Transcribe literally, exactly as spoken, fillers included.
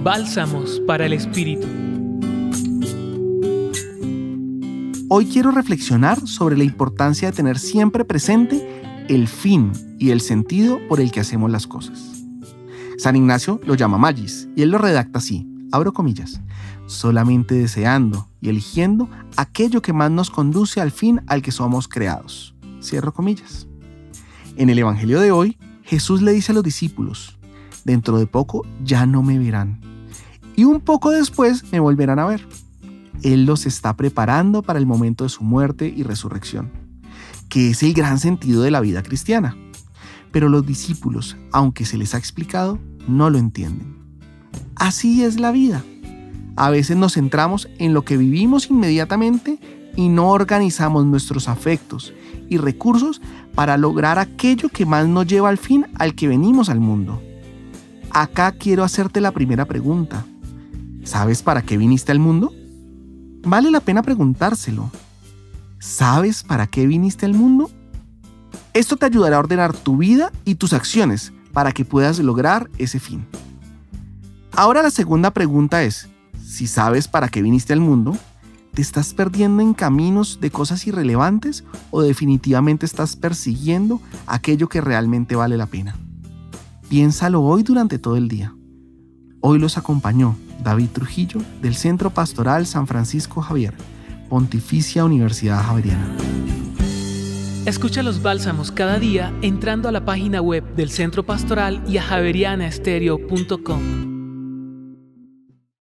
Bálsamos para el Espíritu. Hoy quiero reflexionar sobre la importancia de tener siempre presente el fin y el sentido por el que hacemos las cosas. San Ignacio lo llama magis y él lo redacta así, abro comillas, solamente deseando y eligiendo aquello que más nos conduce al fin al que somos creados, cierro comillas. En el Evangelio de hoy, Jesús le dice a los discípulos, dentro de poco ya no me verán y un poco después me volverán a ver. Él los está preparando para el momento de su muerte y resurrección, que es el gran sentido de la vida cristiana. Pero los discípulos, aunque se les ha explicado, no lo entienden. Así es la vida. A veces nos centramos en lo que vivimos inmediatamente y no organizamos nuestros afectos y recursos para lograr aquello que más nos lleva al fin al que venimos al mundo. Acá quiero hacerte la primera pregunta. ¿Sabes para qué viniste al mundo? Vale la pena preguntárselo. ¿Sabes para qué viniste al mundo? Esto te ayudará a ordenar tu vida y tus acciones para que puedas lograr ese fin. Ahora la segunda pregunta es, si sabes para qué viniste al mundo, ¿te estás perdiendo en caminos de cosas irrelevantes o definitivamente estás persiguiendo aquello que realmente vale la pena? Piénsalo hoy durante todo el día. Hoy los acompañó David Trujillo del Centro Pastoral San Francisco Javier, Pontificia Universidad Javeriana. Escucha los bálsamos cada día entrando a la página web del Centro Pastoral y a javeriana estéreo punto com.